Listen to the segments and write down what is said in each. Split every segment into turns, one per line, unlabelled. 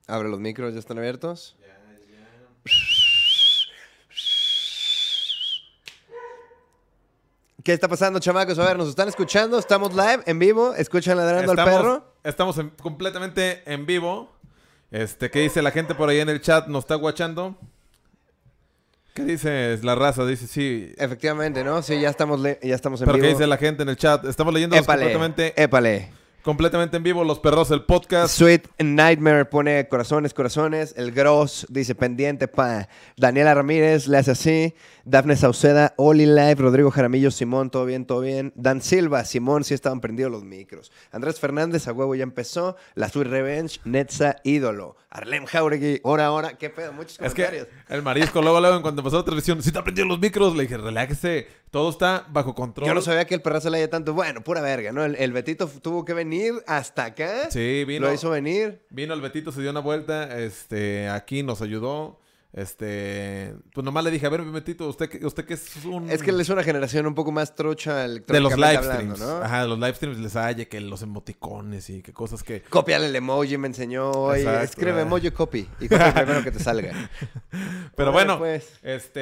Abre los micros, ¿ya están abiertos?
Ya.
¿Qué está pasando, chamacos? A ver, ¿nos están escuchando? ¿Estamos live, en vivo? ¿Escuchan ladrando al perro?
Estamos completamente en vivo. ¿Qué dice la gente por ahí en el chat? ¿Nos está guachando? ¿Qué dice la raza? Dice sí.
Efectivamente, ¿no? Sí, ya estamos en
¿Pero
vivo.
qué dice la gente en el chat? Estamos leyendo completamente en vivo, Los Perros, el podcast.
Sweet Nightmare pone corazones. El Gross dice pendiente pa. Daniela Ramírez le hace así. Dafne Sauceda, Oli Live, Rodrigo Jaramillo, Simón, todo bien. Dan Silva, Simón, sí estaban prendidos los micros. Andrés Fernández, a huevo ya empezó. La Sweet Revenge, Netza, ídolo. Arlem Jauregui, hora, qué pedo, muchos comentarios.
Es que el marisco, luego en cuanto empezó la televisión, sí te prendido los micros, le dije, relájese, todo está bajo control.
Yo no sabía que el perrazo le haya tanto. Bueno, pura verga, ¿no? El Betito tuvo que venir hasta acá.
Sí, vino.
Lo hizo venir.
Vino el Betito, se dio una vuelta, aquí nos ayudó. Pues nomás le dije, a ver, Betito, usted que es un...
Es que él es una generación un poco más trucha
de los live streams,
¿no?
Ajá, de los live streams les haya que los emoticones y que cosas que...
Cópiale el emoji, me enseñó hoy.
Exacto,
escribe emoji copy y copia el primero que te salga.
Pero bueno,
pues.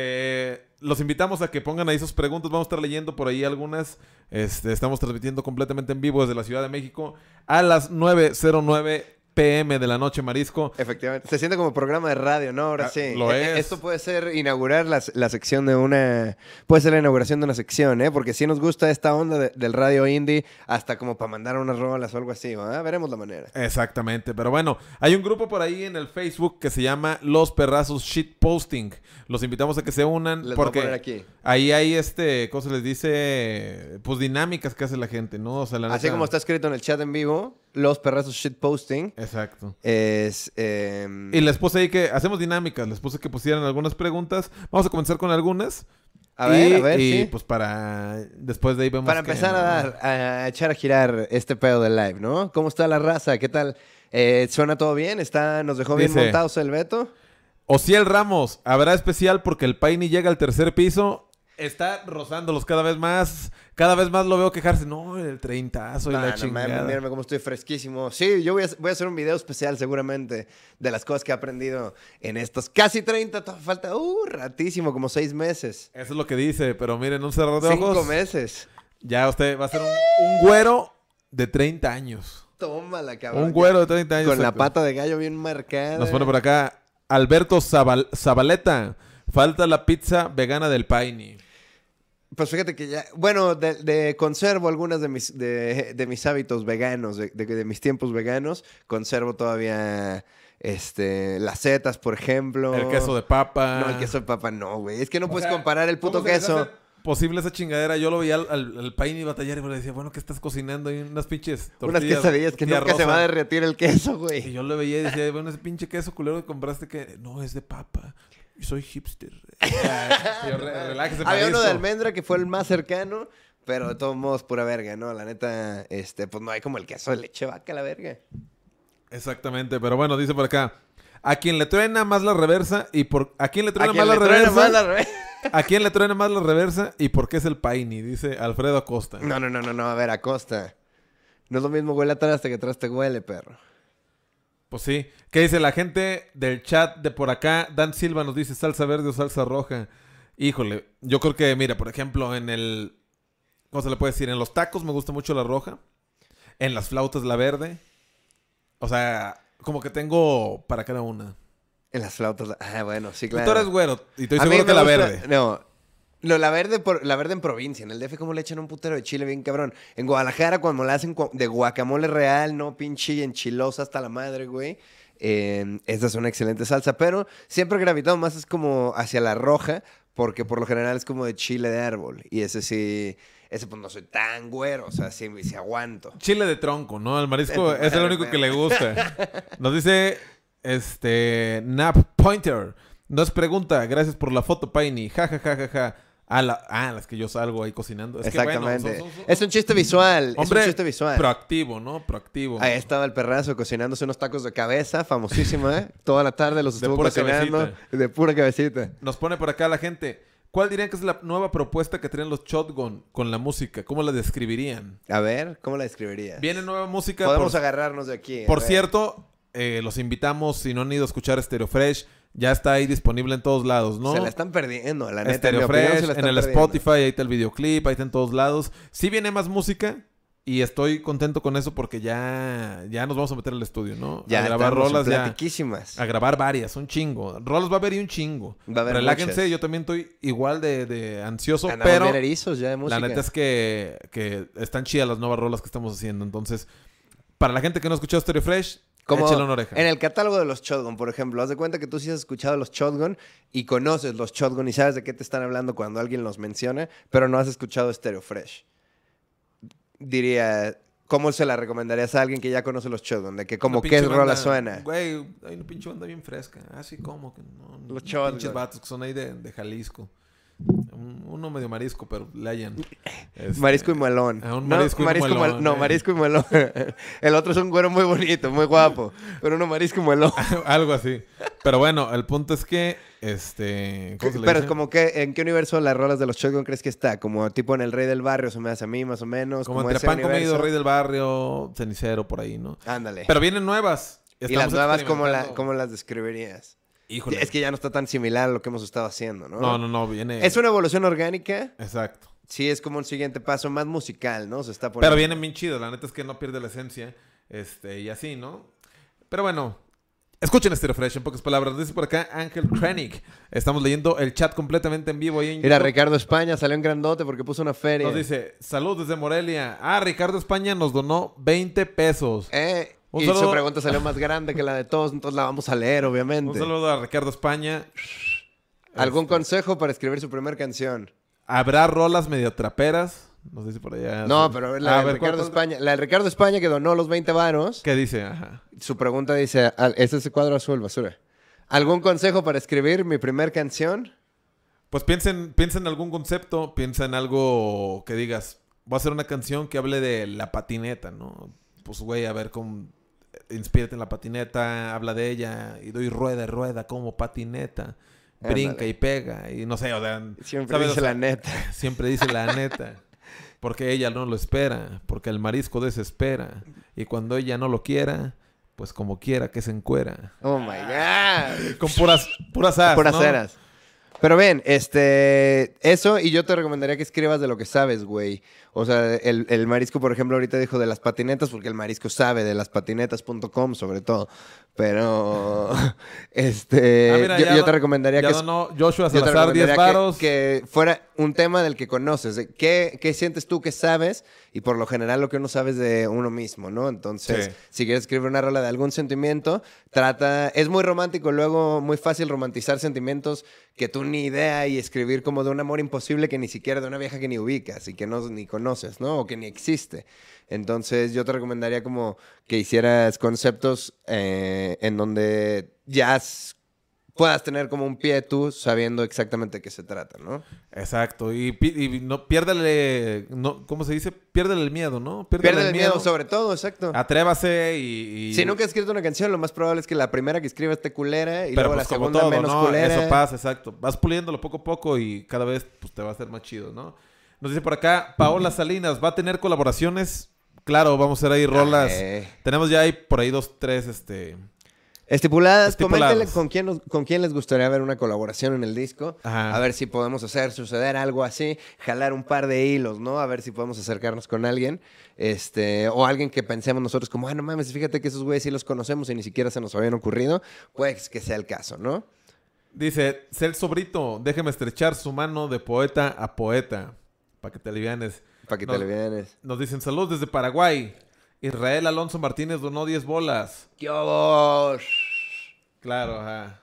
los invitamos a que pongan ahí sus preguntas. Vamos a estar leyendo por ahí algunas. Estamos transmitiendo completamente en vivo desde la Ciudad de México a las 9:09 p.m. de la noche, Marisco.
Efectivamente. Se siente como programa de radio, ¿no? Ahora sí.
Lo es.
Esto puede ser inaugurar la sección de una... Puede ser la inauguración de una sección, ¿eh? Porque sí nos gusta esta onda del radio indie hasta como para mandar unas rolas o algo así, ¿verdad? Veremos la manera.
Exactamente. Pero bueno, hay un grupo por ahí en el Facebook que se llama Los Perrazos Shitposting. Los invitamos a que se unan.
Les
porque
voy a poner aquí.
Ahí hay ¿cómo se les dice? Pues dinámicas que hace la gente, ¿no? O sea, la
Así
neta...
como está escrito en el chat en vivo, Los Perrazos Shitposting.
Exacto.
Es...
Y les puse ahí que hacemos dinámicas, les puse que pusieran algunas preguntas. Vamos a comenzar con algunas.
A ver,
y
sí.
pues para... Después de ahí vemos
Para empezar a echar a girar este pedo del live, ¿no? ¿Cómo está la raza? ¿Qué tal? ¿Suena todo bien? ¿Nos dejó bien
Dice,
montados el Beto?
Ociel Ramos, habrá especial porque el Paini llega al tercer piso. Está rozándolos cada vez más. Cada vez más lo veo quejarse. No, el 30azo y la chingada.
Mírame cómo estoy fresquísimo. Sí, yo voy a hacer un video especial seguramente de las cosas que he aprendido en estos casi 30. Falta ratísimo, como 6 meses.
Eso es lo que dice, pero miren, un cerrado de ojos.
5 meses.
Ya usted va a ser un güero de 30 años.
Tómala, cabrón.
Un güero de 30 años.
Con la pata de gallo bien marcada.
Nos pone por acá Alberto Zabaleta. Falta la pizza vegana del Paini.
Pues fíjate que ya... Bueno, conservo algunas de mis hábitos veganos, de mis tiempos veganos. Conservo todavía... las setas, por ejemplo.
El queso de papa.
No, el queso de papa no, güey. Es que no puedes comparar el puto queso.
Posible esa chingadera. Yo lo veía al Paini batallar y me decía, bueno, ¿qué estás cocinando? Y unas pinches
tortillas. Unas quesadillas que nunca se va a derretir el queso, güey.
Y yo lo veía y decía, bueno, ese pinche queso culero que compraste que... No, es de papa. Y soy hipster. Relájese,
había uno de almendra que fue el más cercano, pero de todos modos pura verga, ¿no? La neta, pues no hay como el queso de leche vaca, la verga.
Exactamente, pero bueno, dice por acá, a quien le truena más la reversa y por... ¿A quién le truena más la reversa? ¿A quién le truena más la reversa y por qué es el Paini? Dice Alfredo Acosta.
No, a ver, Acosta. No es lo mismo huele a traste que traste huele, perro.
Pues sí. ¿Qué dice la gente del chat de por acá? Dan Silva nos dice salsa verde o salsa roja. Híjole, yo creo que, mira, por ejemplo, en el... ¿Cómo se le puede decir? En los tacos me gusta mucho la roja. En las flautas la verde. O sea, como que tengo para cada una.
En las flautas... bueno, sí, claro.
Tú eres güero y estoy seguro que la verde.
No, la verde en provincia. En el DF como le echan un putero de chile bien cabrón. En Guadalajara cuando la hacen de guacamole real, no pinche enchilosa hasta la madre, güey. Esta es una excelente salsa, pero siempre he gravitado más es como hacia la roja, porque por lo general es como de chile de árbol. Y ese pues no soy tan güero, o sea, sí aguanto.
Chile de tronco, ¿no? El marisco es el único que le gusta. Nos dice, Nap Pointer. Nos pregunta, gracias por la foto, Paini. Ja, ja, ja, ja, ja. Las que yo salgo ahí cocinando.
Exactamente.
Que, bueno,
es un chiste visual.
Hombre,
es un chiste visual.
Proactivo, ¿no? Proactivo.
Ahí estaba el perrazo cocinándose unos tacos de cabeza, famosísimo, ¿eh? Toda la tarde los estuvo cocinando. Cabecita. De pura cabecita.
Nos pone por acá la gente. ¿Cuál dirían que es la nueva propuesta que traen los Shotgun con la música? ¿Cómo la describirían?
A ver, ¿cómo la describirías?
Viene nueva música.
Podemos agarrarnos de aquí.
Por cierto, los invitamos, si no han ido a escuchar Stereo Fresh, ya está ahí disponible en todos lados, ¿no?
Se la están perdiendo, la neta.
Stereo
en mi opinión,
Fresh,
se la
en
están
el
perdiendo.
Spotify, ahí está el videoclip, ahí está en todos lados. Sí viene más música y estoy contento con eso porque ya nos vamos a meter al estudio, ¿no?
Ya
a grabar
estamos
rolas, ya.
platiquísimas.
A grabar varias, un chingo. Rolas va a haber y un chingo.
Va a haber
Relájense,
muchas.
yo también estoy igual de ansioso,
Andamos
pero
bien erizos ya de música.
la neta es que están chidas las nuevas rolas que estamos haciendo. Entonces, para la gente que no ha escuchado Stereo Fresh, échale una oreja.
En el catálogo de los Shotgun, por ejemplo, haz de cuenta que tú sí has escuchado los Shotgun y conoces los Shotgun y sabes de qué te están hablando cuando alguien los menciona, pero no has escuchado Stereo Fresh. Diría, ¿cómo se la recomendarías a alguien que ya conoce los Shotgun? De que como
Una
qué
pinche
rola
banda,
suena.
Güey, hay una pinche banda bien fresca. Así como que no.
Los Shotgun.
Pinches vatos que son ahí de Jalisco. Uno medio marisco, pero le hayan.
Marisco y Muelón.
Un marisco y muelón,
No, Marisco y Muelón. El otro es un güero muy bonito, muy guapo. Pero uno Marisco y Muelón.
Algo así. Pero bueno, el punto es que, ¿cómo se le
Pero
dice?
es como que, ¿en qué universo las rolas de los Shotgun crees que está? Como tipo en El Rey del Barrio, se me hace a mí, más o menos.
Como entre
ese
Pan
universo.
Comido, Rey del Barrio, Cenicero, por ahí, ¿no?
Ándale.
Pero vienen nuevas.
Y las
Estamos
nuevas,
experimentando.
¿cómo las describirías?
Híjole.
Es que ya no está tan similar a lo que hemos estado haciendo, ¿no?
No, viene...
Es una evolución orgánica.
Exacto.
Sí, es como un siguiente paso más musical, ¿no? Se está poniendo.
Pero vienen bien chidas. La neta es que no pierde la esencia. Y así, ¿no? Pero bueno... Escuchen Stereo Fresh, en pocas palabras. Dice por acá Ángel Krennic. Estamos leyendo el chat completamente en vivo ahí en
Mira,
YouTube.
Ricardo España salió en grandote porque puso una feria.
Nos dice, salud desde Morelia. Ricardo España nos donó 20 pesos. Un
Y
saludo-
su pregunta salió más grande que la de todos, entonces la vamos a leer, obviamente.
Un saludo a Ricardo España.
¿Algún consejo para escribir su primera canción?
¿Habrá rolas medio traperas? Nos dice por allá.
No, pero la
A
de
ver,
Ricardo
¿cuál?
España. La de Ricardo España que donó los 20 varos.
¿Qué dice? Ajá.
Su pregunta dice, ¿es ese cuadro azul, basura? ¿Algún consejo para escribir mi primer canción?
Pues piensa en algún concepto, piensa en algo que digas, voy a hacer una canción que hable de la patineta, ¿no? Pues güey, a ver cómo inspírate en la patineta, habla de ella y doy rueda, rueda como patineta, brinca
Ándale.
y pega y no sé, o sea,
Siempre
¿sabes?
dice
O sea,
la neta.
siempre dice la neta. Porque ella no lo espera, porque el marisco desespera y cuando ella no lo quiera, pues como quiera que se encuera.
Oh my God.
Con puras as,
Puras
¿no?
ceras. Pero bien, eso, y yo te recomendaría que escribas de lo que sabes, güey. O sea, el marisco, por ejemplo, ahorita dijo de las patinetas, porque el marisco sabe de laspatinetas.com, sobre todo. Pero,
Mira,
yo te recomendaría
ya
que...
donó Joshua
Yo te
Salazar 10
recomendaría
varos.
que fuera un tema del que conoces. De ¿Qué sientes tú que sabes? Y por lo general lo que uno sabe es de uno mismo, ¿no? Entonces,
Sí.
si quieres escribir una rola de algún sentimiento, es muy romántico, luego muy fácil romantizar sentimientos que tú ni idea y escribir como de un amor imposible que ni siquiera de una vieja que ni ubicas y que no ni conoces, ¿no? O que ni existe. Entonces, yo te recomendaría como que hicieras conceptos en donde puedas tener como un pie tú sabiendo exactamente de qué se trata, ¿no?
Exacto. Y no, piérdale, no, ¿cómo se dice? Piérdale el miedo, ¿no?
Pierde el miedo sobre todo, exacto.
Atrévase y...
Si nunca has escrito una canción, lo más probable es que la primera que escribas esté culera y
Pero
luego
pues
la
como
segunda
todo,
menos
¿no?
culera.
Eso pasa, exacto. Vas puliéndolo poco a poco y cada vez pues, te va a hacer más chido, ¿no? Nos dice por acá, Paola Salinas, ¿va a tener colaboraciones? Claro, vamos a hacer ahí rolas. Tenemos ya ahí por ahí 2, 3,
Estipuladas, coméntenle
Estipuladas.
con quién les gustaría ver una colaboración en el disco.
Ajá.
A ver si podemos suceder algo así, jalar un par de hilos, ¿no? A ver si podemos acercarnos con alguien. O alguien que pensemos nosotros como, no mames, fíjate que esos güeyes sí los conocemos y ni siquiera se nos habían ocurrido. Pues que sea el caso, ¿no?
Dice, Celso Brito, déjeme estrechar su mano de poeta a poeta. Para que te alivianes.
Para que te le vienes.
Nos dicen, saludos desde Paraguay. Israel Alonso Martínez donó 10 bolas.
¡Dios!
Claro, ajá.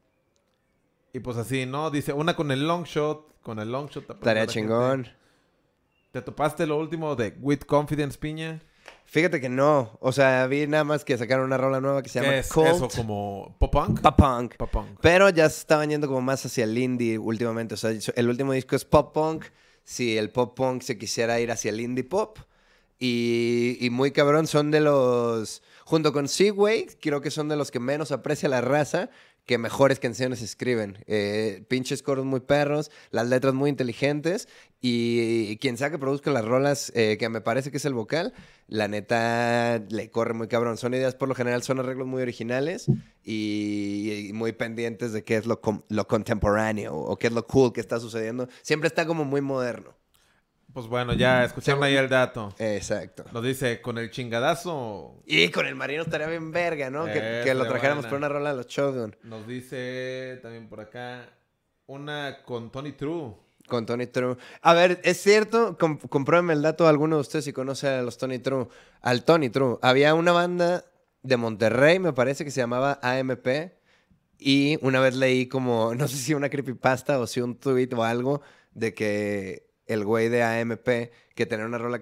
Y pues así, ¿no? Dice, una con el long shot. Con el long shot.
Tarea chingón.
¿Te topaste lo último de With Confidence, Piña?
Fíjate que no. O sea, vi nada más que sacaron una rola nueva que se
¿Qué
llama
es
Cult.
eso? ¿Como pop-punk?
Pop-punk.
Pop-punk.
Pero ya se estaban yendo como más hacia el indie últimamente. O sea, el último disco es pop-punk. Si el pop-punk se quisiera ir hacia el indie pop. Y muy cabrón, son de los... Junto con Seaway, creo que son de los que menos aprecia la raza, que mejores canciones escriben. Pinches coros muy perros, las letras muy inteligentes y quien sea que produzca las rolas, que me parece que es el vocal, la neta le corre muy cabrón. Son ideas, por lo general, son arreglos muy originales y muy pendientes de qué es lo contemporáneo o qué es lo cool que está sucediendo. Siempre está como muy moderno.
Pues bueno, ya escucharon ahí el dato.
Exacto.
Nos dice, con el chingadazo.
Y con el Marino estaría bien verga, ¿no? Que lo
Estaría
trajéramos
buena.
por una rola de los Shogun.
Nos dice también por acá una con Tony True.
Con Tony True. A ver, es cierto, compruébame el dato, alguno de ustedes si conoce a los Tony True. Al Tony True. Había una banda de Monterrey, me parece que se llamaba AMP. Y una vez leí como, no sé si una creepypasta o si un tweet o algo, de que el güey de AMP, que tenía una rola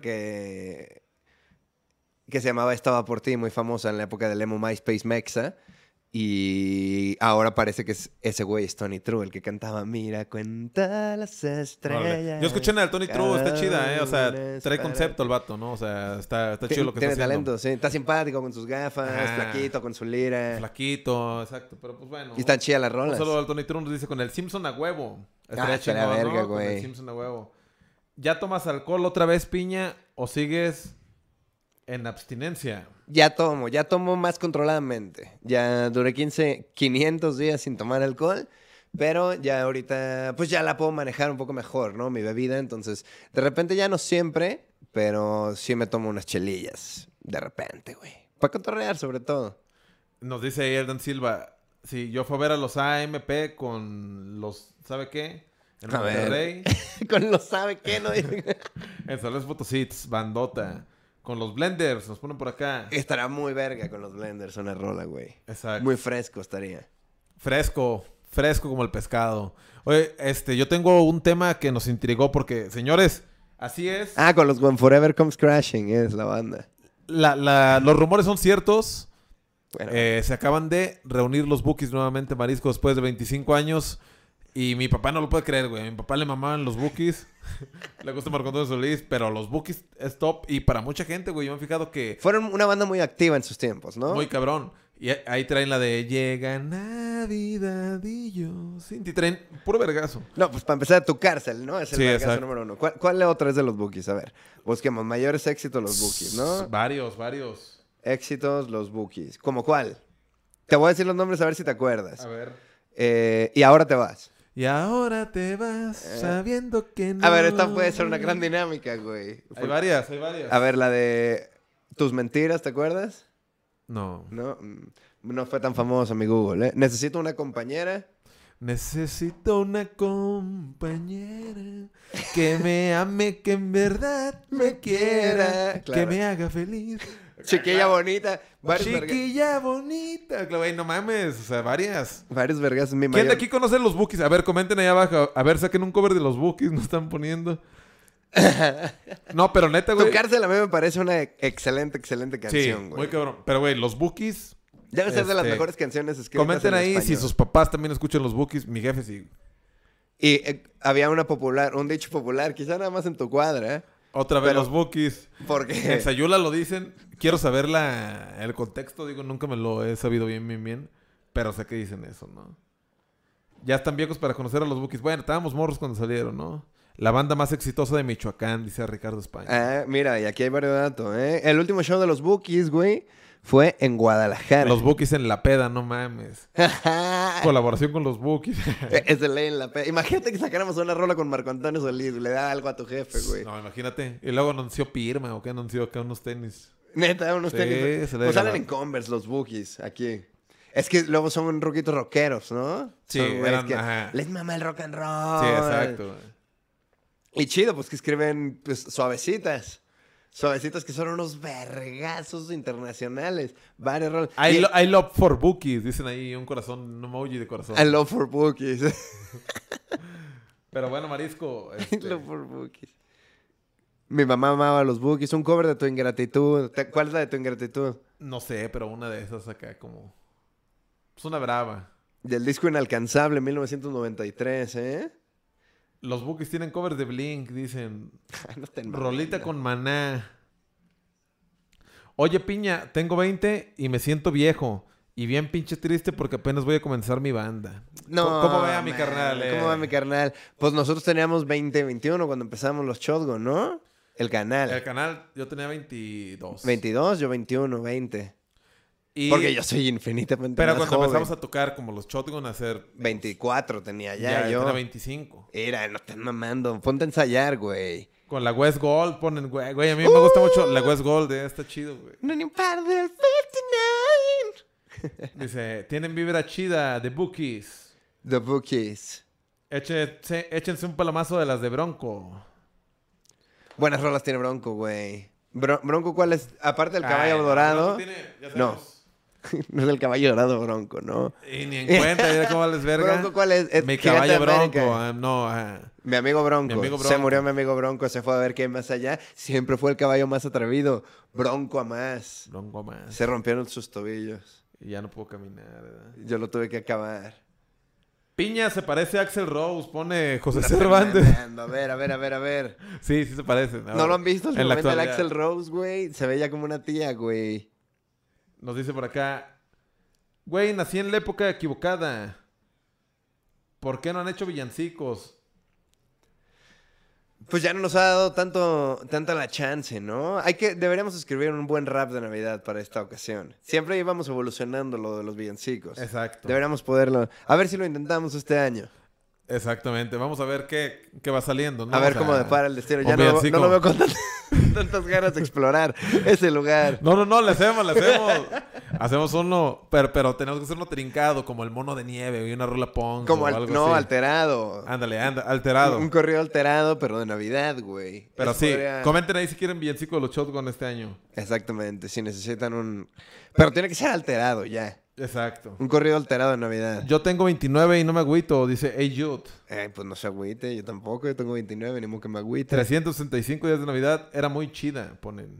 que se llamaba Estaba por ti, muy famosa en la época del emo MySpace Mexa. Y ahora parece que ese güey es Tony True, el que cantaba Mira, cuenta las estrellas.
Órale. Yo escuché en el Tony True, está chida, O sea,
una es
trae
para
concepto el
ti.
vato, ¿no? O sea, está chido lo que
Tiene
está haciendo.
talento, sí. Está simpático con sus gafas,
Ajá.
flaquito con su lira.
Flaquito, exacto. Pero pues bueno.
Y están chidas las
Un
rolas.
saludo al Tony True, nos dice con el Simpson a huevo. Estaría
estaría
chingón,
verga,
¿no? Con el
güey.
Simpson a huevo. ¿Ya tomas alcohol otra vez, piña? ¿O sigues en abstinencia?
Ya tomo más controladamente. Ya duré 500 días sin tomar alcohol, pero ya ahorita, pues ya la puedo manejar un poco mejor, ¿no? Mi bebida, entonces, de repente ya no siempre, pero sí me tomo unas chelillas, de repente, güey. Para cotorrear, sobre todo.
Nos dice ahí Eldan Silva. Sí, yo fui a ver a los AMP con los, ¿sabe qué? En
A ver.
Monterrey.
Con lo sabe qué, ¿no?
En San Luis Potosí, bandota. Con los Blenders, nos ponen por acá.
Estará muy verga con los blenders una rola, güey.
Exacto.
Muy fresco estaría.
Fresco como el pescado. Oye, yo tengo un tema que nos intrigó porque, señores, así es.
Ah, con los When Forever Comes Crashing es la banda.
Los rumores son ciertos.
Bueno,
Se acaban de reunir los Bookies nuevamente, Marisco, después de 25 años. Y mi papá no lo puede creer, güey. A mi papá le mamaban los Bookies. Le gusta Marco Antonio Solís, pero los Bookies es top. Y para mucha gente, güey, yo me he fijado que...
fueron una banda muy activa en sus tiempos, ¿no?
Muy cabrón. Y ahí traen la de Llega Navidad y yo... Sin ti traen puro vergazo.
No, pues para empezar, Tu Cárcel, ¿no? Es el
Sí,
vergazo
exacto.
número uno. ¿Cuál otro es de los Bookies? A ver, busquemos mayores éxitos los Bookies, ¿no?
Varios.
Éxitos los Bookies. ¿Cómo cuál? Te voy a decir los nombres a ver si te acuerdas.
A ver.
Y ahora te vas.
Y ahora te vas sabiendo que no...
A ver, esta puede ser una gran dinámica, güey.
Hay varias.
A ver, la de Tus Mentiras, ¿te acuerdas?
No.
No, no fue tan famoso mi Google, ¿eh? Necesito una compañera.
Necesito una compañera que me ame, que en verdad me quiera,
Claro.
que me haga feliz.
Chiquilla bonita.
Chiquilla bonita. Claro, güey, no mames, o sea, varias.
Varios vergas. Mi
¿Quién
mayor...
de aquí conoce los Bookies? A ver, comenten ahí abajo. A ver, saquen un cover de los Bookies, nos están poniendo. No, pero neta,
Tu
güey.
Cárcel a mí me parece una excelente
Sí,
canción, güey.
muy cabrón. Pero, güey, los Bookies...
Debe ser de las
este,
mejores canciones escritas
Comenten
en
ahí si
español.
sus papás también escuchan los Bookies. Mi jefe sí.
Y había un dicho popular, quizá nada más en tu cuadra, ¿eh?
Otra vez
Pero-
los Bookies.
Porque...
En Sayula lo dicen. Quiero saber el contexto. Digo, nunca me lo he sabido bien. Pero sé que dicen eso, ¿no? Ya están viejos para conocer a los Bookies. Bueno, estábamos morros cuando salieron, ¿no? La banda más exitosa de Michoacán, dice Ricardo España.
Ah, mira, y aquí hay varios datos, ¿eh? El último show de los Bookies, güey, fue en Guadalajara.
Los Bookies en la peda, no mames. Colaboración con los Bookies.
Es de ley en la Imagínate que sacáramos una rola con Marco Antonio Solís, le da algo a tu jefe, güey.
No, imagínate. Y luego anunció Pirma, ¿o qué anunció acá unos tenis?
Neta, unos
Sí,
tenis.
se le
Pues salen
gana.
en Converse los Bookies, aquí. Es que luego son ruquitos rockeros, ¿no?
Sí,
Son güeyes
eran-
que
ajá.
les mama el rock and roll.
Sí, exacto. güey.
Y chido, pues que escriben pues, suavecitas. Suavecitas que son unos vergazos internacionales. Varios roles.
I love for Bookies, dicen ahí un corazón, un emoji de corazón.
I love for Bookies.
Pero bueno, Marisco.
I love for Bookies. Mi mamá amaba los Bookies. Un cover de Tu Ingratitud. ¿Cuál es la de Tu Ingratitud?
No sé, pero una de esas acá como... Es una brava.
Del disco Inalcanzable, 1993, ¿eh?
Los Bookies tienen covers de Blink, dicen.
No estén
Rolita
mamando.
con Maná. Oye, piña, tengo 20 y me siento viejo. Y bien pinche triste porque apenas voy a comenzar mi banda.
No,
¿Cómo ve a mi
man,
carnal?
¿Cómo va mi carnal? Pues nosotros teníamos 20, 21 cuando empezamos los Shotgun, ¿no? El canal.
El canal, yo tenía 22.
22, yo 21, 20.
Y...
Porque yo soy infinitamente
Pero
más
cuando
joven.
empezamos a tocar como los Shotgun a hacer...
24 tenía
Ya,
yo.
tenía 25.
Era, no estén mamando. Ponte a ensayar, güey.
Con la West Gold ponen, güey, a mí me gusta mucho la West Gold, está chido, güey.
No ni un par del 59.
Dice, tienen vibra chida de Bookies.
The Bookies.
Échense un palomazo de las de Bronco.
Buenas rolas tiene Bronco, güey. Bronco, ¿cuál es? Aparte del caballo
Ay, no,
dorado.
Bronco ya
No.
sabemos.
No es el caballo dorado Bronco, ¿no?
Y ni en cuenta, mira cómo vales verga.
Bronco, ¿cuál es?
Mi
Gigante
caballo
de
Bronco,
América.
no,
Mi amigo Bronco.
Mi amigo
Se
Bronco.
murió mi amigo Bronco, se fue a ver qué hay más allá. Siempre fue el caballo más atrevido. Bronco a más.
Bronco más.
Se rompieron sus tobillos.
Y ya no puedo caminar, ¿verdad?
Yo lo tuve que acabar.
Piña se parece a Axl Rose, pone José
No están
Cervantes.
mamando. A ver.
Sí, sí se parece.
¿No lo han visto? El
En la
momento del
actualidad.
Axl Rose, güey. Se veía como una tía, güey.
Nos dice por acá, güey, nací en la época equivocada. ¿Por qué no han hecho villancicos?
Pues ya no nos ha dado tanta la chance, ¿no? Deberíamos escribir un buen rap de Navidad para esta ocasión. Siempre íbamos evolucionando lo de los villancicos.
Exacto.
Deberíamos poderlo. A ver si lo intentamos este año.
Exactamente. Vamos a ver qué va saliendo, ¿no?
A ver
O sea,
cómo depara el destino.
un
Ya no
villancico.
lo veo con tantas ganas de explorar ese lugar.
No, le hacemos. Hacemos uno, pero tenemos que hacerlo trincado, como el mono de nieve y una rola punk
Como
o algo
no,
así.
alterado.
Ándale, alterado.
Un corrido alterado, pero de Navidad, güey.
Pero
Eso
sí,
podría-
comenten ahí si quieren villancico de los Shotgun este año.
Exactamente, si necesitan un... Pero tiene que ser alterado ya.
Exacto.
Un corrido alterado de Navidad.
Yo tengo 29 y no me agüito, dice Hey Jude.
Pues no se agüite, yo tampoco, yo tengo 29, ni modo que me agüite.
365 días de Navidad era muy chida, ponen.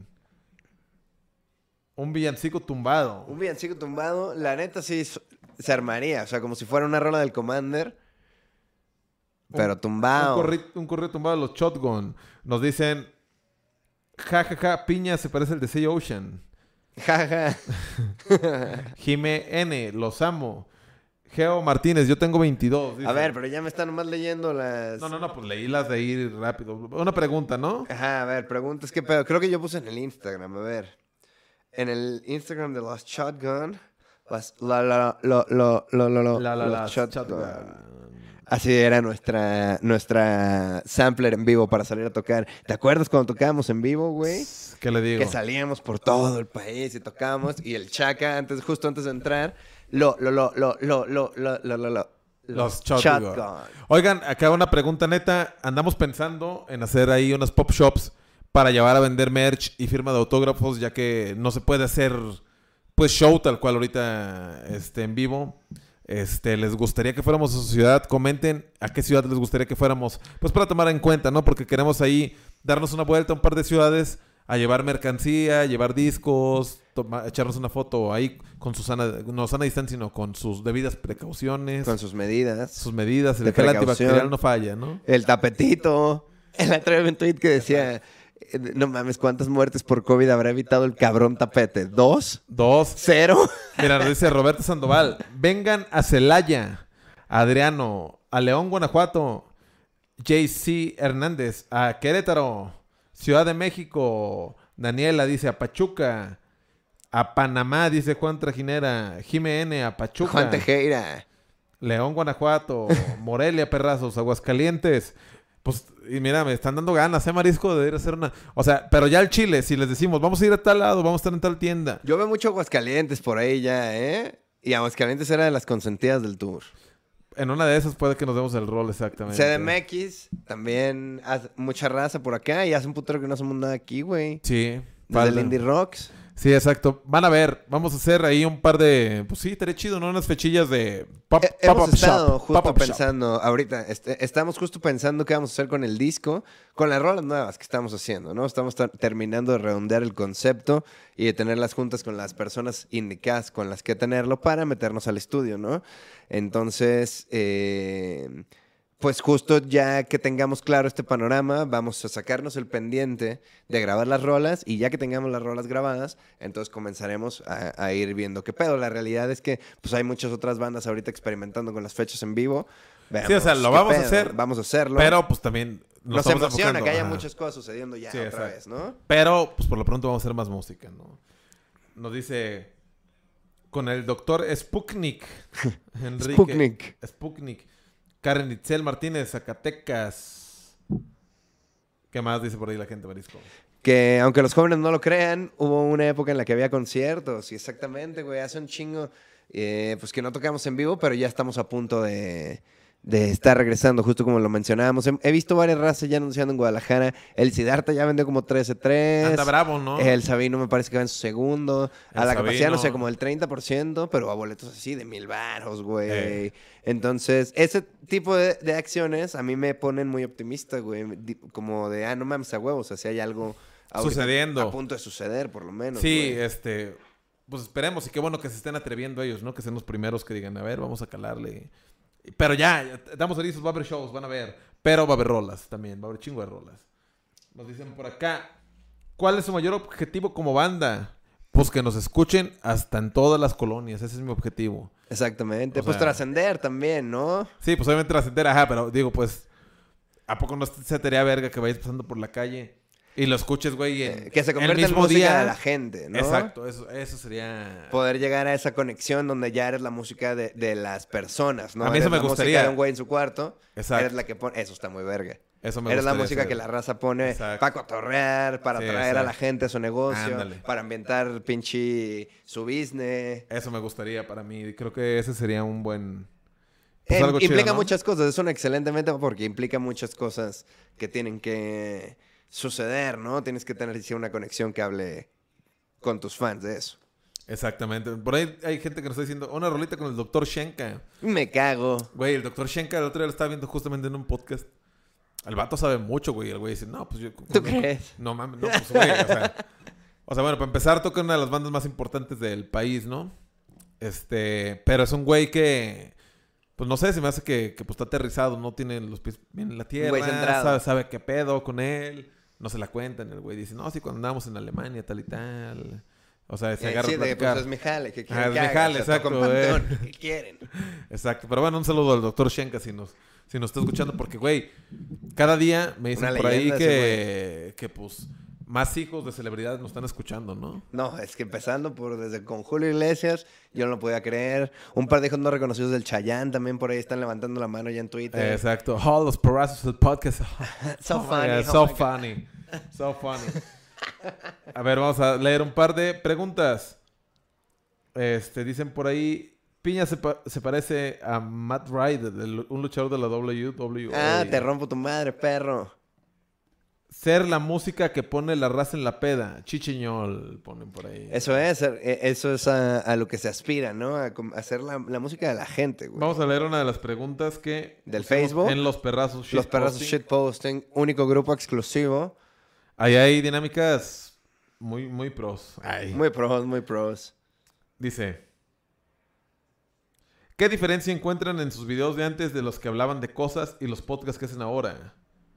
Un villancico tumbado.
Un villancico tumbado, la neta sí se armaría, o sea, como si fuera una rola del Commander, pero tumbado.
Un corrido tumbado de los Shotgun. Nos dicen, piña, se parece al de Sea Ocean.
Jaja.
Jime N, los amo. Geo Martínez, yo tengo 22. Dice.
A ver, pero ya me están nomás leyendo las...
No, pues leí las de ahí rápido. Una pregunta, ¿no?
Ajá, a ver, preguntas, ¿qué pedo? Creo que yo puse en el Instagram, a ver. En el Instagram de Lost Shotgun. Los Shotgun. Así era nuestra sampler en vivo para salir a tocar. ¿Te acuerdas cuando tocábamos en vivo, güey?
¿Qué le digo?
Que salíamos por todo el país y tocábamos. Y el Chaca, justo antes de entrar, los
Shotgun. Oigan, acá una pregunta neta. Andamos pensando en hacer ahí unas pop shops para llevar a vender merch y firma de autógrafos, ya que no se puede hacer pues show tal cual ahorita en vivo. ¿Les gustaría que fuéramos a su ciudad? Comenten a qué ciudad les gustaría que fuéramos. Pues para tomar en cuenta, ¿no? Porque queremos ahí darnos una vuelta a un par de ciudades, a llevar mercancía, llevar discos, echarnos una foto ahí con su sana distancia, sino con sus debidas precauciones.
Con sus medidas.
Sus medidas.
de
El gel
precaución.
antibacterial no falla, ¿no?
El tapetito. El otro día vi un tweet que decía... No mames, ¿cuántas muertes por COVID habrá evitado el cabrón tapete? ¿2?
2.
¿0?
Mira, nos dice Roberto Sandoval. Vengan a Celaya, a Adriano, a León, Guanajuato, JC Hernández, a Querétaro, Ciudad de México, Daniela dice a Pachuca, a Panamá, dice Juan Trajinera, Jime N, a Pachuca,
Juan Tejera.
León, Guanajuato, Morelia, Perrazos, Aguascalientes. Pues, y mira, me están dando ganas, Marisco, de ir a hacer una... O sea, pero ya al Chile, si les decimos, vamos a ir a tal lado, vamos a estar en tal tienda.
Yo veo mucho Aguascalientes por ahí ya, ¿eh? Y Aguascalientes era de las consentidas del tour.
En una de esas puede que nos demos el rol exactamente.
CDMX también hace mucha raza por acá y hace un putero que no hacemos nada aquí, güey.
Sí.
Desde el Indie Rocks.
Sí, exacto. Van a ver, vamos a hacer ahí un par de... Pues sí, estaría chido, ¿no? Unas fechillas de...
Hemos estado
shop,
justo
pop-up
pensando, ahorita, estamos justo pensando qué vamos a hacer con el disco, con las rolas nuevas que estamos haciendo, ¿no? Estamos terminando de redondear el concepto y de tener las juntas con las personas indicadas con las que tenerlo para meternos al estudio, ¿no? Entonces, pues justo ya que tengamos claro este panorama, vamos a sacarnos el pendiente de grabar las rolas y ya que tengamos las rolas grabadas, entonces comenzaremos a ir viendo qué pedo. La realidad es que pues hay muchas otras bandas ahorita experimentando con las fechas en vivo.
Sí, o sea, lo vamos a hacer.
Vamos a hacerlo.
Pero pues también
nos
estamos
emociona
enfocando.
que haya
Ajá.
muchas cosas sucediendo ya
Sí,
otra
exacto.
vez, ¿no?
Pero pues por lo pronto vamos a hacer más música, ¿no? Nos dice con el doctor Sputnik. Enrique. Sputnik. Karen Itzel Martínez, Zacatecas. ¿Qué más dice por ahí la gente, Marisco?
Que aunque los jóvenes no lo crean, hubo una época en la que había conciertos. Y exactamente, güey, hace un chingo, pues que no tocamos en vivo, pero ya estamos a punto de estar regresando, justo como lo mencionábamos. He visto varias razas ya anunciando en Guadalajara. El Siddhartha ya vendió como 13-3.
Anda bravo, ¿no?
El Sabino me parece que va en su segundo.
El
A la capacidad,
Sabino.
no sé, como el 30%, pero a boletos así de 1,000 varos, güey. Entonces, ese tipo de acciones a mí me ponen muy optimista, güey. Como de, no mames, a huevos. O sea, si hay algo ahorita
Sucediendo.
a punto de suceder, por lo menos.
Sí,
güey.
pues esperemos y qué bueno que se estén atreviendo ellos, ¿no? Que sean los primeros que digan, a ver, vamos a calarle. Pero ya estamos listos, va a haber shows, van a ver. Pero va a haber rolas también, va a haber chingo de rolas. Nos dicen por acá, ¿cuál es su mayor objetivo como banda? Pues que nos escuchen hasta en todas las colonias, ese es mi objetivo.
Exactamente.
O
Pues
sea,
trascender también, ¿no?
Sí, pues obviamente trascender, ajá, pero digo, pues, ¿a poco no se te haría verga que vayas pasando por la calle y lo escuches, güey, en
Que se
el
convierta en
mismo
música
día
de la gente, ¿no?
Exacto, eso sería...
Poder llegar a esa conexión donde ya eres la música de las personas, ¿no?
A mí eso
Eres
me
la música
gustaría.
de un güey en su cuarto.
Exacto.
Eres la que pone... Eso está muy verga.
Eso me
Eres la
gustaría
música
hacer.
que la raza pone
Exacto.
para cotorrear, para
Sí,
atraer a la
exacto.
gente a su negocio,
Ándale.
para ambientar pinche su business.
Eso me gustaría para mí. Creo que ese sería un buen... pues algo chido,
Implica
¿no?
muchas cosas. Es una excelente meta porque implica muchas cosas que tienen que suceder, ¿no? Tienes que tener sí, una conexión que hable con tus fans de eso.
Exactamente. Por ahí hay gente que nos está diciendo una rolita con el Dr. Shenka.
Me cago.
Güey, el Dr. Shenka el otro día lo estaba viendo justamente en un podcast. El vato sabe mucho, güey. El güey dice, no, pues yo...
¿Tú crees?
No mames, no, pues güey, o sea, bueno, para empezar toca una de las bandas más importantes del país, ¿no? Pero es un güey que... Pues no sé, se me hace que pues está aterrizado, no tiene los pies bien en la tierra,
Güey centrado.
sabe qué pedo con él, no se la cuentan, el güey dice, no, sí, cuando andábamos en Alemania, tal y tal. O sea, se agarra
Sí,
a
pues
platicar.
es mi jale. ¿Qué
Ah,
quieren
es
que
mi
haga?
jale,
O sea, toco
exacto,
en Panteón. ¿Qué quieren?
Exacto, pero bueno, un saludo al doctor Shenka si nos está escuchando, porque, güey, cada día me dicen
Una
por ahí
leyenda
que, pues, más hijos de celebridades nos están escuchando, ¿no?
No, es que empezando por desde con Julio Iglesias, yo no lo podía creer. Un par de hijos no reconocidos del Chayanne también por ahí están levantando la mano ya en Twitter.
Exacto. Oh, los parazos del podcast.
So funny,
yeah,
oh
so
my God.
funny. So funny. A ver, vamos a leer un par de preguntas. Dicen por ahí, Piña se parece a Matt Ryder, un luchador de la WWE.
Ah, te rompo tu madre, perro.
Ser la música que pone la raza en la peda. Chichiñol, ponen por ahí.
Eso es a lo que se aspira, ¿no? A hacer la música de la gente, güey.
Vamos a leer una de las preguntas que...
Del
pusimos
Facebook.
En Los Perrazos
Los perros
Shitposting.
shitposting, único grupo exclusivo.
Ahí hay dinámicas muy, muy pros. Ay.
Muy pros, muy pros.
Dice, ¿qué diferencia encuentran en sus videos de antes de los que hablaban de cosas y los podcasts que hacen ahora?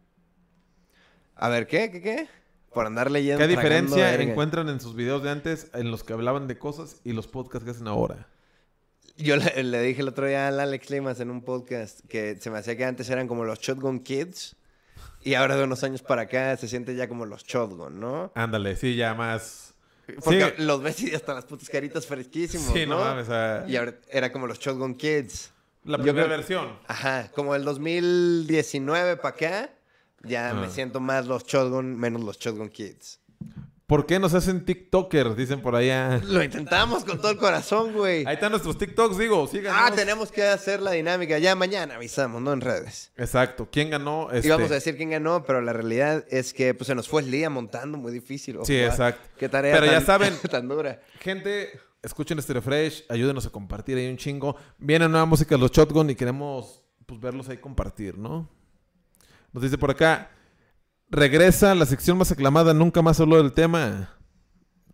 A ver, ¿qué? Por andar leyendo.
¿Qué
tragando
diferencia
verga.
encuentran en sus videos de antes en los que hablaban de cosas y los podcasts que hacen ahora?
Yo le dije el otro día al Alex Limas en un podcast que se me hacía que antes eran como los Shotgun Kids y ahora de unos años para acá se siente ya como los Shotgun, ¿no?
Ándale, sí, ya más...
Porque
Sí.
los ves y hasta las putas caritas fresquísimos,
Sí, no
¿no?
mames.
Y ahora era como los Shotgun Kids.
La
Yo
primera
creo-
versión.
Ajá, como el 2019 para acá, ya me siento más los Shotgun, menos los Shotgun Kids.
¿Por qué nos hacen TikTokers? Dicen por allá.
Lo intentamos con todo el corazón, güey.
Ahí están nuestros TikToks, digo. Síganos.
Tenemos que hacer la dinámica. Ya mañana avisamos, ¿no? En redes.
Exacto. ¿Quién ganó?
Íbamos a decir quién ganó, pero la realidad es que pues, se nos fue el día montando, muy difícil.
Sí, exacto.
Qué tarea
Pero ya
tan,
saben.
tan dura.
Gente, escuchen Stereo Fresh, ayúdenos a compartir ahí un chingo. Viene nueva música de los Shotgun y queremos pues verlos ahí compartir, ¿no? Nos dice por acá, regresa la sección más aclamada, nunca más habló del tema.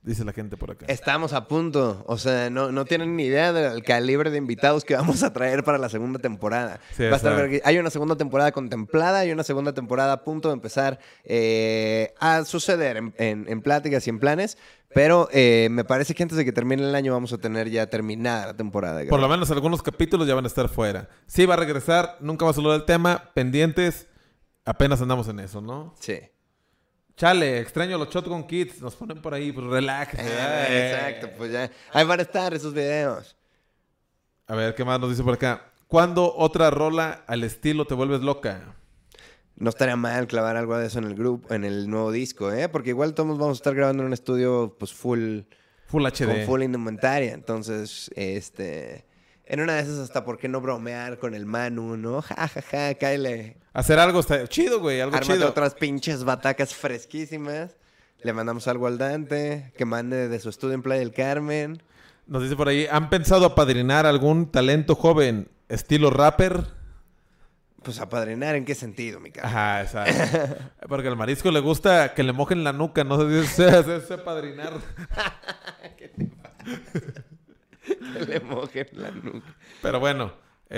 dice la gente por acá.
Estamos a punto. O sea, no tienen ni idea del calibre de invitados que vamos a traer para la segunda temporada.
Sí,
Va a estar
exacto.
hay una segunda temporada contemplada y una segunda temporada a punto de empezar a suceder en pláticas y en planes. Pero me parece que antes de que termine el año vamos a tener ya terminada la temporada.
Por lo menos algunos capítulos ya van a estar fuera. Sí, va a regresar. Nunca va a hablar del tema. Pendientes. Apenas andamos en eso, ¿no?
Sí.
Chale, extraño los Shotgun Kids. Nos ponen por ahí, pues relájese.
Exacto, pues ya. Ahí van a estar esos videos.
A ver, ¿qué más nos dice por acá? ¿Cuándo otra rola al estilo te vuelves loca?
No estaría mal clavar algo de eso en el grupo, en el nuevo disco, ¿eh? Porque igual todos vamos a estar grabando en un estudio, pues,
Full
con
HD.
full indumentaria. Entonces, en una de esas hasta por qué no bromear con el Manu, ¿no? Ja, ja, ja, cáele.
Hacer algo está chido, güey. Algo
Ármate
chido.
otras pinches batacas fresquísimas. Le mandamos algo al Dante, que mande de su estudio en Playa del Carmen.
Nos dice por ahí, ¿han pensado apadrinar algún talento joven estilo rapper?
Pues apadrinar, ¿en qué sentido, mi cara?
Ajá, exacto. Porque al marisco le gusta que le mojen la nuca, no se apadrinar.
Que le mojen la nuca.
Pero bueno,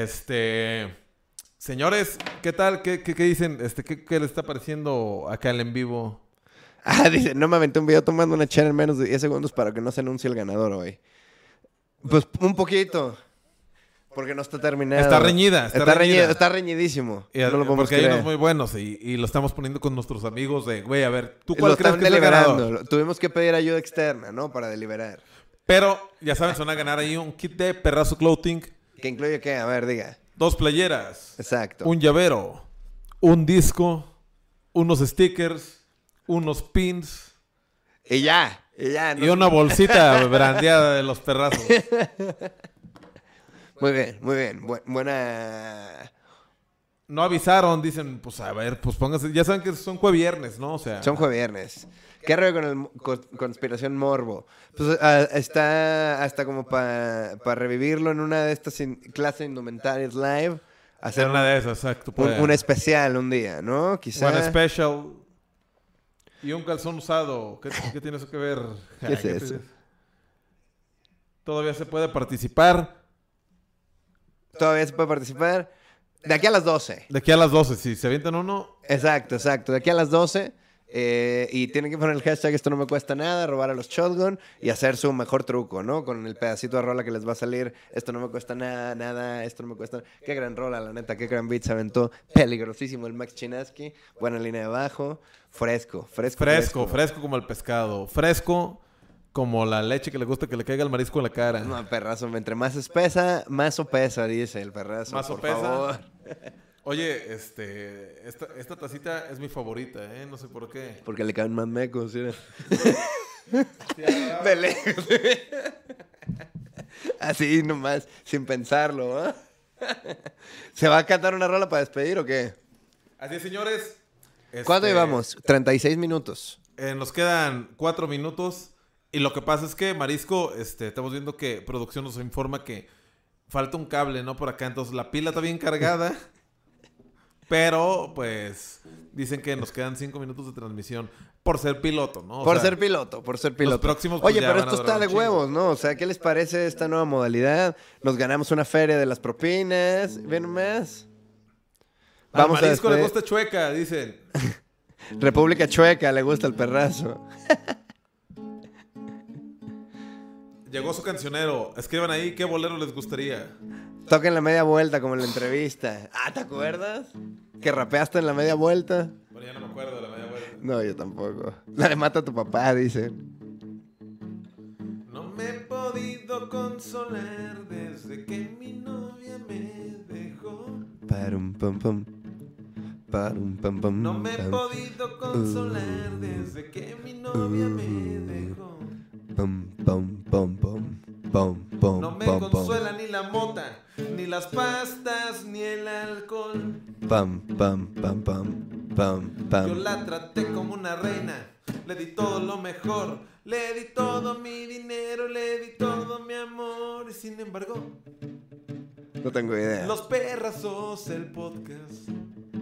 señores, ¿qué tal? ¿Qué dicen? ¿Qué le está pareciendo acá el en vivo?
Ah, dice, no me aventé un video tomando una chela en menos de 10 segundos para que no se anuncie el ganador hoy. Pues un poquito. Porque no está terminado.
Está reñida.
Está reñidísimo.
Y,
no lo podemos
porque hay
creer.
unos muy buenos y lo estamos poniendo con nuestros amigos de, güey, a ver, ¿tú
Lo
cuál crees
están
que es el ganador?
deliberando. Tuvimos que pedir ayuda externa, ¿no? Para deliberar.
Pero, ya saben, se van a ganar ahí un kit de Perrazo Clothing,
¿Qué incluye qué? A ver, diga.
2 playeras,
Exacto.
un llavero, un disco, unos stickers, unos pins
Y ya. No
y una bolsita brandeada de los perrazos.
Muy bien. Buena...
No avisaron, dicen, pues a ver, pues pónganse, ya saben que son jueviernes, ¿no? O sea,
Son jueviernes. ¿Qué rollo con el Conspiración Morbo? Pues está hasta como para revivirlo en una de estas clases indumentarias live.
hacer una de esas, exacto.
Un especial un día, ¿no? Quizá.
One special. Y un calzón usado. ¿Qué tiene eso que ver?
¿Qué es eso?
Todavía se puede participar.
Todavía se puede participar. De aquí a las 12.
De aquí a las 12, si se avientan uno.
Exacto. De aquí a las 12. Y tienen que poner el hashtag esto no me cuesta nada, robar a los shotgun y hacer su mejor truco, ¿no? Con el pedacito de rola que les va a salir. Esto no me cuesta nada, esto no me cuesta. Qué gran rola, la neta, qué gran beat se aventó. Peligrosísimo el Max Chinaski. Buena línea de bajo. Fresco
como el pescado. Fresco como la leche que le gusta que le caiga el marisco en la cara.
No, perrazo, entre más espesa, más sopesa, dice el perrazo.
Más
por
sopesa.
favor.
Oye, esta tacita es mi favorita, ¿eh? No sé por qué.
Porque le caen más mecos, ¿sí? De lejos. Así nomás, sin pensarlo, ¿eh? ¿Se va a cantar una rola para despedir o qué?
Así es, señores.
¿Cuánto llevamos? 36 minutos.
Nos quedan 4 minutos. Y lo que pasa es que, Marisco, estamos viendo que producción nos informa que falta un cable, ¿no? Por acá. Entonces, la pila está bien cargada. Pero, pues, dicen que nos quedan 5 minutos de transmisión por ser piloto, ¿no?
Por ser piloto.
Los próximos, pues,
Oye,
ya
pero
van a
esto
durar
está de
un chingo.
huevos, ¿no? O sea, ¿qué les parece esta nueva modalidad? Nos ganamos una feria de las propinas. ¿Ven más?
Al Marisco le gusta chueca, dicen.
República Chueca, le gusta el perrazo.
Llegó su cancionero. Escriban ahí qué bolero les gustaría.
Toquen la media vuelta como en la entrevista. Ah, ¿te acuerdas? Que rapeaste en la media vuelta.
Bueno, ya no me acuerdo de la media vuelta.
No, yo tampoco. La de mata a tu papá, dice.
No me he podido consolar desde que mi novia me dejó.
Parum, pum, pum. Parum, pum, pum.
No me he podido consolar desde que mi novia me dejó.
Pum, pum, pum, pum. Pum, pum,
No me
pum, pum.
consuela ni la mota, ni las pastas, ni el alcohol.
Pam, pam, pam, pam, pam,
Yo
pam.
la traté como una reina, le di todo lo mejor, le di todo mi dinero, le di todo mi amor. Y sin embargo,
No tengo idea.
Los Perrazos, el podcast.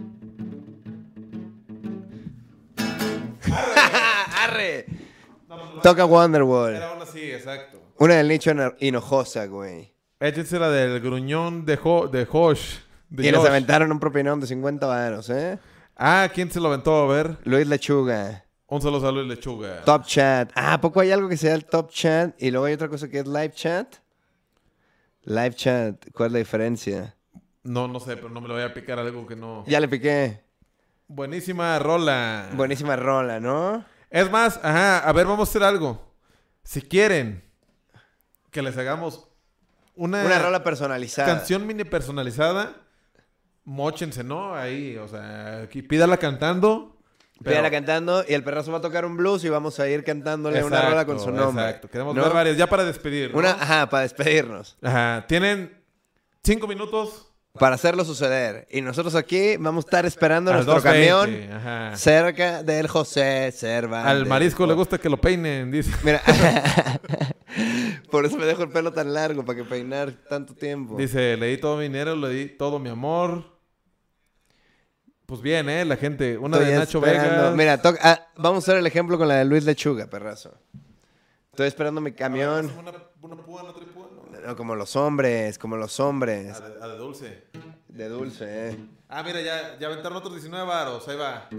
¡Arre!
Vámonos.
Toca Wonderwall.
Era una así, exacto.
Una del nicho Hinojosa, güey.
Échense la del gruñón de Josh.
Y nos aventaron un propinón de 50 varos, ¿eh?
Ah, ¿quién se lo aventó? A ver.
Luis Lechuga.
Un solo saludo y Lechuga.
Top Chat. Ah, ¿a poco hay algo que sea el Top Chat? Y luego hay otra cosa que es Live Chat. Live Chat, ¿cuál es la diferencia?
No sé, pero no me lo voy a picar algo que no...
Ya le piqué.
Buenísima rola.
Buenísima rola, ¿no?
Es más, a ver, vamos a hacer algo. Si quieren que les hagamos
una rola personalizada.
Canción mini personalizada, móchense, ¿no? Ahí, o sea, aquí pídala cantando.
Pídala cantando y el perrazo va a tocar un blues y vamos a ir cantándole una rola con su nombre.
Exacto, queremos ver varias, ya para despedir, ¿no?
Para despedirnos.
Ajá, tienen 5 minutos.
Para hacerlo suceder. Y nosotros aquí vamos a estar esperando nuestro
2:20,
camión cerca del José Cervantes.
Al marisco le gusta que lo peinen, dice.
Mira, por eso me dejo el pelo tan largo, para que peinar tanto tiempo.
Dice, le di todo mi dinero, le di todo mi amor. Pues bien, la gente. Una
Estoy
de Nacho
esperando.
Vegas.
Mira, vamos a hacer el ejemplo con la de Luis Lechuga, perrazo. Estoy esperando mi camión.
Una púa, no trae púa, ¿no?
No, como los hombres,
A de dulce.
De dulce,
Ah, mira, ya aventaron otros 19 varos. Ahí va.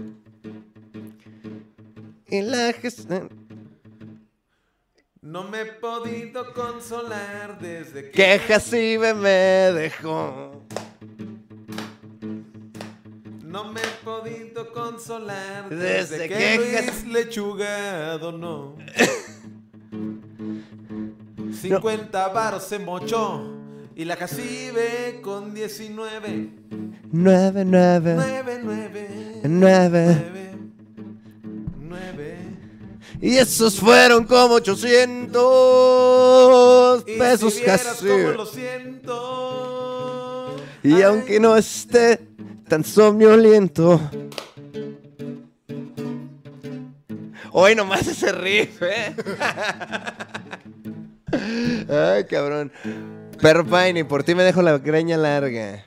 Y la
No me he podido consolar desde
que Jacibe me dejó.
No me he podido consolar
Desde que
Luis Lechuga donó. 50 varos se mochó y la Jacibe con 19.
9, 9,
9.
9. Y esos fueron como 800 pesos
si vieras
casi.
cómo lo siento.
Y
Ay,
aunque no esté tan somnoliento. Hoy nomás ese riff, Ay, cabrón. Perro Pine, por ti me dejo la greña larga.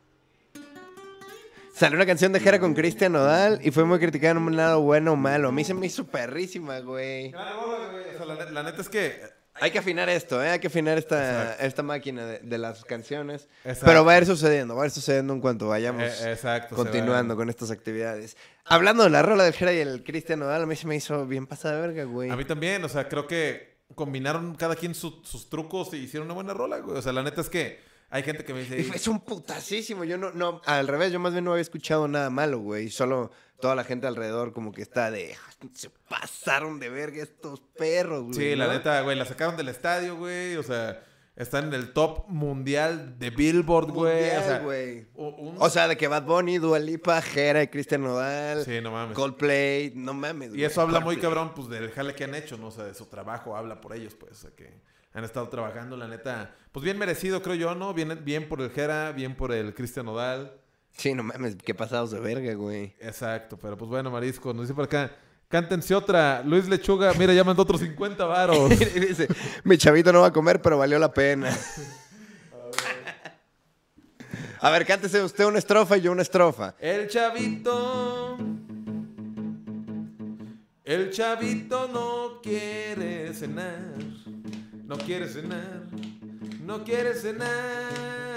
Salió una canción de Jera con Cristian Nodal y fue muy criticada en un lado bueno o malo. A mí se me hizo perrísima, güey.
O sea, la neta es que...
Hay que afinar esto, Hay que afinar esta máquina de las canciones.
Exacto.
Pero va a ir sucediendo en cuanto vayamos
exacto,
continuando con estas actividades. Hablando de la rola del Jera y el Cristian Nodal, a mí se me hizo bien pasada de verga, güey.
A mí también, o sea, creo que combinaron cada quien sus trucos y hicieron una buena rola, güey. O sea, la neta es que hay gente que me dice...
Es un putasísimo. Yo no, al revés, yo más bien no había escuchado nada malo, güey. Solo toda la gente alrededor como que está de... Se pasaron de verga estos perros, güey.
Sí,
¿no?
la neta, güey, la sacaron del estadio, güey. O sea, están en el top mundial de Billboard, güey. O sea,
güey. O sea, de que Bad Bunny, Dua Lipa, Jera y Cristian Nodal.
Sí, no mames.
Coldplay, no mames.
Y eso habla muy cabrón, pues, del jale que han hecho, ¿no? O sea, de su trabajo, habla por ellos, pues. O sea, que han estado trabajando, la neta. Pues bien merecido, creo yo, ¿no? Bien por el Jera, bien por el Cristian Nodal.
Sí, no mames, qué pasados de verga, güey.
Exacto, pero pues bueno, Marisco, nos dice por acá. Cántense otra. Luis Lechuga, mira, ya mandó otros 50 varos.
Dice, mi chavito no va a comer, pero valió la pena. A ver, cántese usted una estrofa y yo una estrofa.
El chavito no quiere cenar. No quiere cenar. No quiere cenar.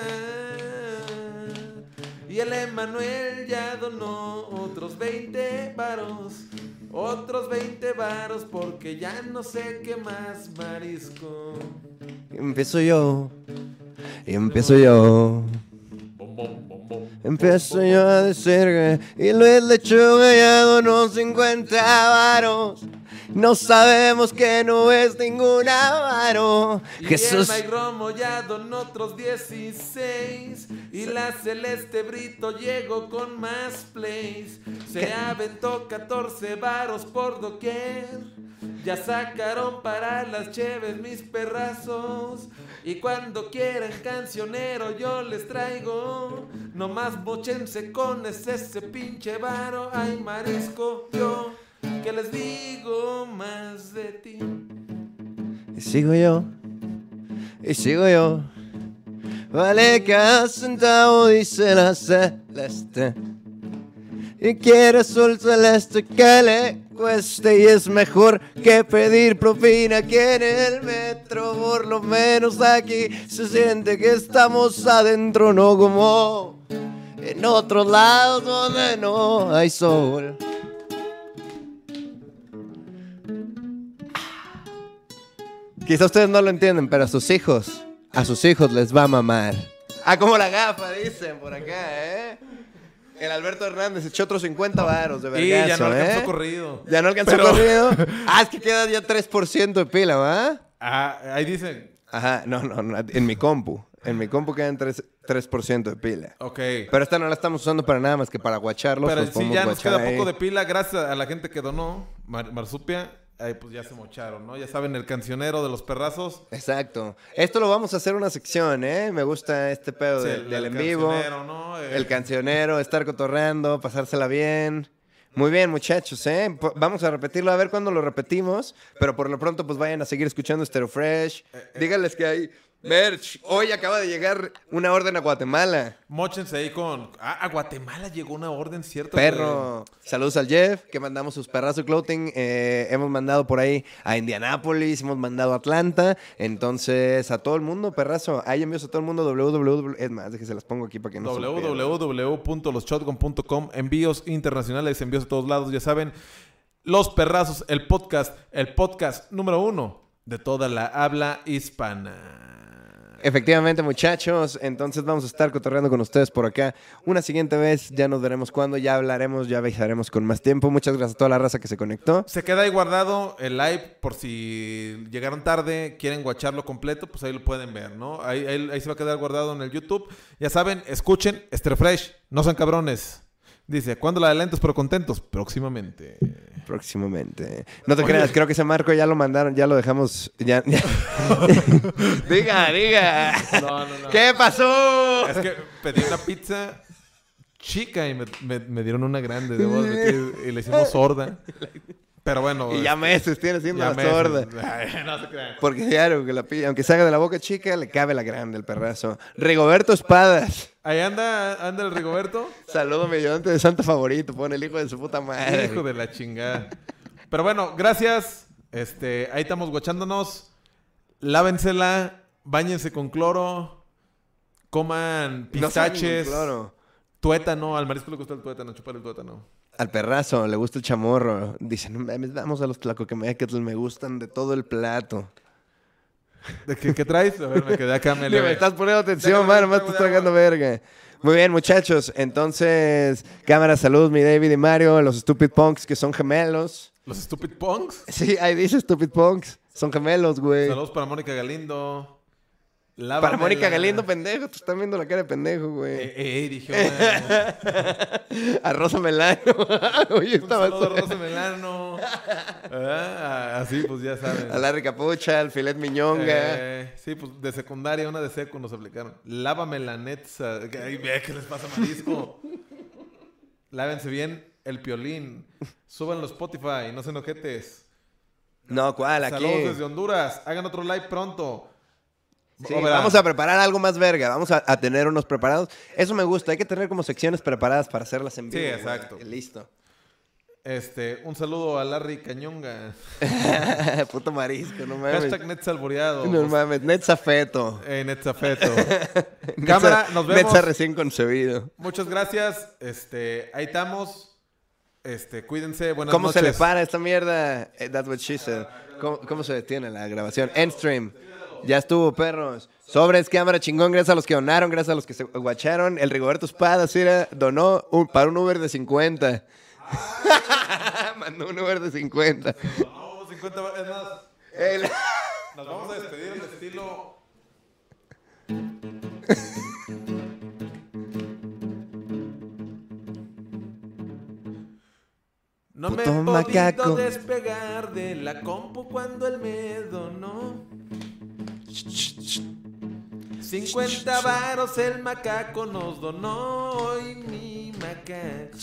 Y el Emanuel ya donó otros 20 varos. Otros 20 varos porque ya no sé qué más, Marisco.
Empiezo yo. Empiezo yo a decir y Luis Lechuga ya donó 50 varos. No sabemos que no es ninguna varo.
Y
Jesús.
el Mike Romo ya donó otros 16. Y la Celeste Brito llegó con más plays. Se aventó 14 varos por doquier. Ya sacaron para las cheves mis perrazos. Y cuando quieran cancionero yo les traigo. Nomás mochense con ese pinche varo. Ay, Marisco, yo que les digo más de ti.
Y sigo yo. Vale cada centavo, dice la Celeste. Y quiere azul celeste que le cueste y es mejor que pedir propina aquí en el metro. Por lo menos aquí se siente que estamos adentro, no como en otros lados donde no hay sol. Quizá ustedes no lo entienden, pero a sus hijos les va a mamar. Ah, como la gafa, dicen por acá, ¿eh? El Alberto Hernández echó otros 50 varos de vergazo,
Y ya no alcanzó corrido.
Ya no alcanzó corrido. Ah, es que queda ya 3% de pila, ¿va?
Ah, ahí dicen.
Ajá, no, en mi compu. En mi compu quedan 3% de pila.
Ok.
Pero esta no la estamos usando para nada más que para guacharlos.
Pero
pues
sí,
podemos
ya nos
guachar
queda
ahí.
poco de pila gracias a la gente que donó. Marsupia. Ahí pues ya se mocharon, ¿no? Ya saben, el cancionero de los perrazos.
Exacto. Esto lo vamos a hacer una sección, ¿eh? Me gusta este pedo
Sí,
del
el
en vivo.
cancionero, ¿no?
El cancionero, estar cotorreando, pasársela bien. Muy bien, muchachos, ¿eh? Vamos a repetirlo, a ver cuándo lo repetimos. Pero por lo pronto, pues vayan a seguir escuchando Stereo Fresh. Díganles que hay merch. Hoy acaba de llegar una orden a Guatemala.
Móchense ahí con... Ah, a Guatemala llegó una orden, ¿cierto?
Perro. Saludos al Jeff, que mandamos sus perrazos clothing. Hemos mandado por ahí a Indianápolis, hemos mandado a Atlanta. Entonces, a todo el mundo, perrazo. Hay envíos a todo el mundo. www. Es más, déjense las pongo aquí para que no se lo pierdan.
www.loshotgun.com. Envíos internacionales, envíos a todos lados. Ya saben, Los Perrazos, el podcast número 1 de toda la habla hispana.
Efectivamente, muchachos. Entonces vamos a estar cotorreando con ustedes por acá una siguiente vez. Ya nos veremos cuando, ya hablaremos, ya avisaremos con más tiempo. Muchas gracias a toda la raza que se conectó.
Se queda ahí guardado el live por si llegaron tarde, quieren guacharlo completo, pues ahí lo pueden ver, ¿no? Ahí se va a quedar guardado en el YouTube. Ya saben, escuchen Stereo Fresh, no sean cabrones. Dice, ¿cuándo la adelantos pero contentos? Próximamente.
No te creas, creo que ese marco ya lo mandaron, ya lo dejamos. Ya. Diga.
No.
¿Qué pasó?
Es que pedí una pizza chica y me dieron una grande, debo admitir, y le hicimos sorda. Pero bueno.
Y ya meses tiene siendo la
meses.
sorda.
Ay, no se crean.
Porque claro, que aunque se haga de la boca chica, le cabe la grande el perrazo. Rigoberto Espadas.
Ahí anda el Rigoberto.
Saludo millonante de santo favorito, pone el hijo de su puta madre.
Hijo de la chingada. Pero bueno, gracias. Ahí estamos guachándonos. Lávensela, báñense con cloro, coman pistaches,
Claro.
tuétano. Al marisco le gusta el tuétano, chupar el tuétano.
Al perrazo le gusta el chamorro. Dice, no mames, vamos a los tlacoquemequetl, me gustan de todo el plato.
¿De qué traes? A ver, me quedé acá.
Me estás poniendo atención, mano, más estás tragando verga. Muy bien, muchachos. Entonces, cámara, saludos, mi David y Mario, los Stupid Punks que son gemelos.
¿Los Stupid Punks?
Sí, ahí dice Stupid Punks. Son gemelos, güey.
Saludos para Mónica Galindo.
Para Mónica Galindo, pendejo. Te están viendo la cara de pendejo, güey.
Dije una...
A Rosa Melano. Oye,
Un saludo a Rosa Melano. Así, pues ya saben.
A Larry Capucha, al Filet Miñonga.
Sí, pues de secundaria, una de seco nos aplicaron. Lávame la netza. Ay, ve, ¿qué les pasa, marisco? Lávense bien el piolín. Súbanlo a Spotify, no se enojetes.
No, ¿cuál? Aquí.
Saludos desde Honduras. Hagan otro live pronto.
Sí, vamos a preparar algo más verga. Vamos a tener unos preparados. Eso me gusta. Hay que tener como secciones preparadas para hacerlas en vivo.
Sí, exacto.
Güey. Listo.
Un saludo a Larry Cañonga.
Puto marisco, no mames.
Hashtag Netzalboreado.
No mames. Netzafeto.
Netzafeto. Cámara, nos vemos.
Netza recién concebido.
Muchas gracias. Ahí estamos. Cuídense. Buenas
¿Cómo
noches.
se le para esta mierda? That's what she said. ¿Cómo se detiene la grabación? Endstream. Ya estuvo, perros. Sobres, cámara, chingón. Gracias a los que donaron, gracias a los que se guacharon. El Rigoberto Espadas donó para un Uber de 50. Mandó un Uber de 50.
No, 50 es más. Nos vamos a despedir en estilo... No me he
Puto
podido
macaco.
despegar de la compu cuando él me donó. 50 varos el macaco nos donó y mi macaco.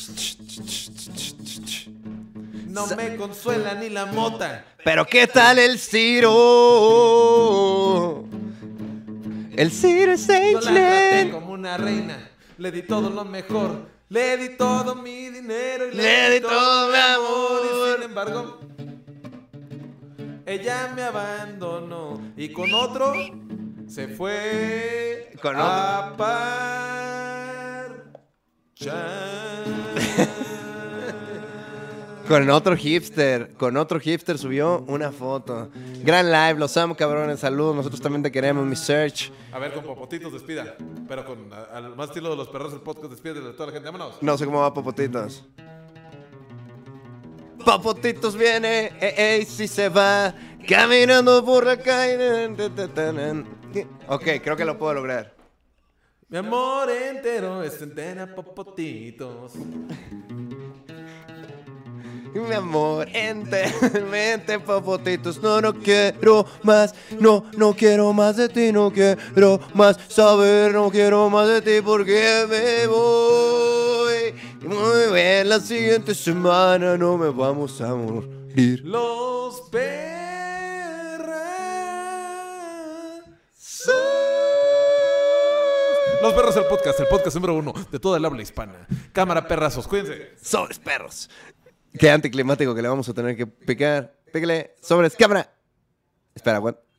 No me consuela ni la mota.
Pero ¿qué tal el Ciro? El Ciro
Yo la traté
Sage
como una reina. Le di todo lo mejor. Le di todo mi dinero y
Le di todo mi amor.
Y sin embargo, ella me abandonó. Y con otro se fue
Con
a
Con otro hipster subió una foto. Gran live, los amo, cabrones. Saludos, nosotros también te queremos, mi Search.
A ver, con Popotitos despida. Pero con al más estilo de los perros del podcast, despide de toda la gente. Vámonos.
No sé cómo va Popotitos. Popotitos viene, si se va, caminando por la calle. Ok, creo que lo puedo lograr.
Mi amor entero es entera Popotitos.
Mi amor, enteramente, Popotitos. No quiero más. No quiero más de ti. No quiero más saber. No quiero más de ti porque me voy. Muy bien, la siguiente semana no me vamos a morir.
Los perras. Los perros, el podcast número 1 de toda el habla hispana. Cámara, perrazos, cuídense.
Sobres, perros. Qué anticlimático que le vamos a tener que picar. Píquele, sobres, cámara. Espera, aguanta.